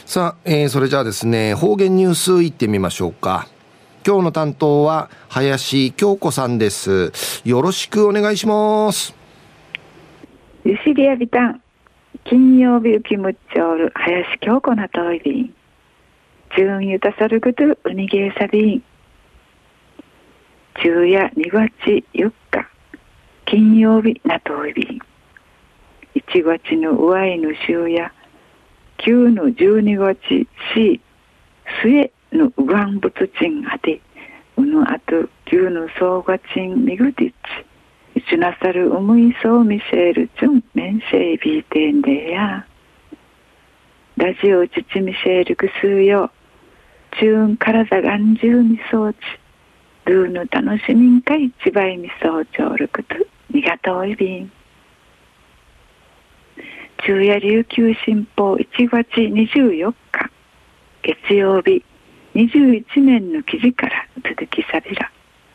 さあ、それじゃあですね、方言ニュースいってみましょうか。今日の担当は林京子さんです。よろしくお願いします。 ゆしりやびたん金曜日浮きむっちょる林京子なといびん順ゆたさるぐとうにげさびん昼夜2月4日金曜日なといびん1月の上いの週や9の12月し末のうがんぶつちんあてうぬあと9のそうがちんみぐてちいちなさるうむいそうみせるちゅんめんせいびいてんでやラジオちちみせるぐすうよちゅんからざがんじゅうみそうちルーの楽しみんかいちばいみそうちょうるくとにがといびん昼夜琉球新報1月24日月曜日21年の記事から続きさびら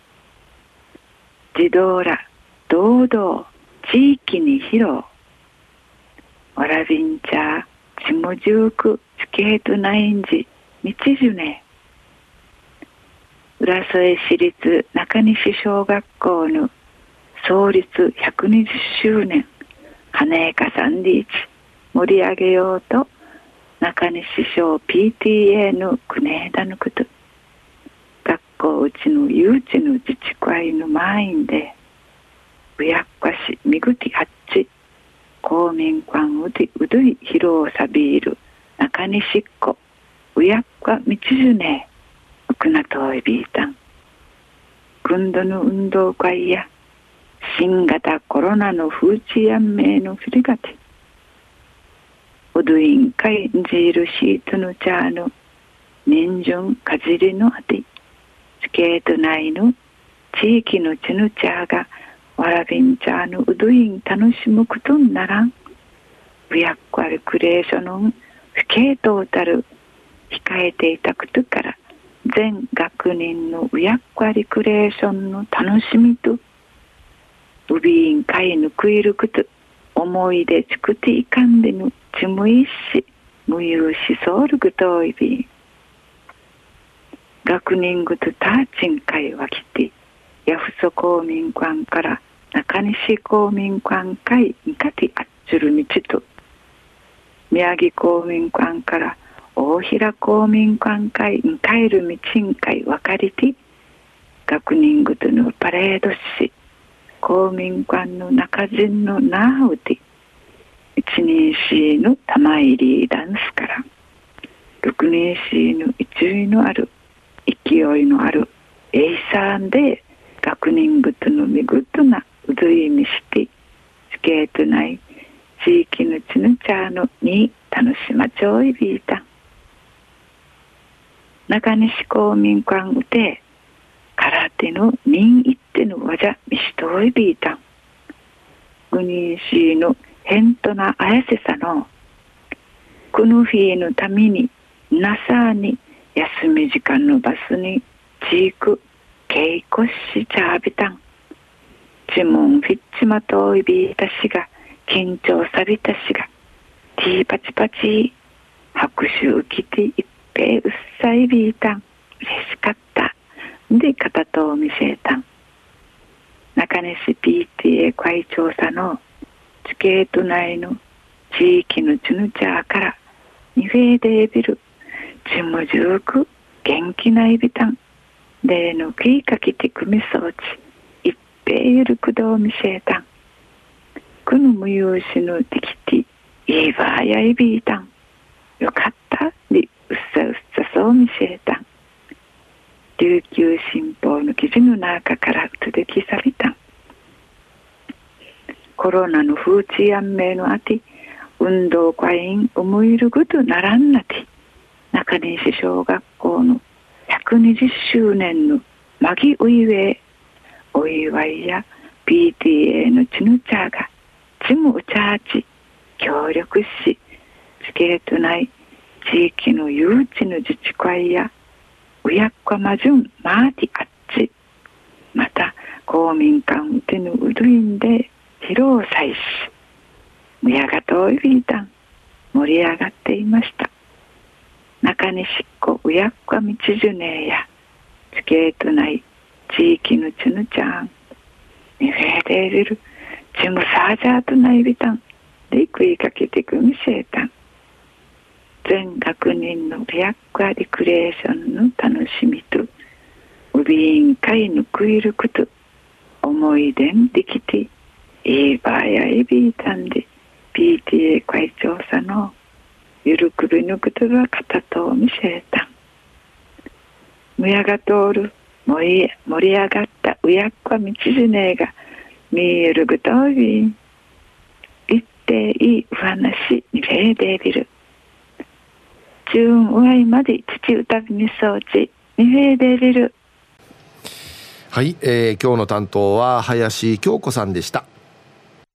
児童ら堂々地域に披露わらびんちゃちむじゅうくスケートナインジ道じゅね浦添市立中西小学校の創立120周年花江かさんでいち盛り上げようと中西小 PTA のくねだぬくと学校うちの誘致の自治会の満員でうやっかしみぐてあっち公民館うてうどい披露さびる中西っ子うやっか道じゅねうくなといびいたん軍度の運動会や新型コロナの風知やんめいのふりがてうどいんかいんじいるシートのチャーの年順かじりのあてスケート内の地域のチヌチャーがわらびんちゃーのうどいん楽しむことんならんうやっこあるクレーションのスケートをたる控えていたことから全学年のうやっこありクレーションの楽しみとうびんかいぬくいること思い出ちくていかんでぬちむいしむゆうしそうるぐといびん学年ぐとたーちんかいわきてやふそ公民館から中西公民館会にかてあっちゅる道と宮城公民館から大平公民館会に帰る道んかい分かりて学年ごとのパレードし公民館の中陣のなうて1年生の玉入りダンスから6年生の勢いのある勢いのあるエイサーンで学年ごとの見事なうどいみしてスケート内地域のちぬちゃーのに楽しまちょいびいた中西公民館うて空手の人一手の技みしといびいたグニーシーのヘントなあやせさのこの日のためになさに休み時間のバスにちく稽古しちゃびたんちもんフィッチマといびいたしが緊張さびたしがティーパチパチ拍手受けていっぺうっさいびいたん嬉しかったで片と見せたん中西 PTA 会長さのスケート内の地域のチヌチャーからニフェーデービルちむじゅうく元気ないびたんでのきいかきてくみそうち一平ゆるくどう見せたんくぬむゆうしのてきていいばあやいびいたんよかったでうっさうっさそう見せたん琉球新報の記事の中から続きさびたんコロナの風知やんめいのあて運動会員思いるぐとならんなて中西小学校の120周年のまぎういえお祝いや PTA のちぬちゃがちむうちゃーち協力しスケート内地域の誘致の自治会やうやっこまじゅんマーティあっちまた公民館うてぬうどいんで披露祭しむやがといびいたん盛り上がっていました。 中西子うやっかみちじゅねえやチケートない地域のちぬちゃんにフェーデーリルチムサージャーとないびたんで食いかけてくみせえたん全学人のリアックアリクレーションの楽しみとウビーン会のくいること思い出んできていいばあやいびいたんで PTA 会長さのゆるくびぬくとが片と見せたんむやが通る盛り上がったうやっこ道じねえが見えるぐとび言っていいお話にれいでびる中うわいまで父歌びにそうちにれいでびる。 はい、今日の担当は林京子さんでした。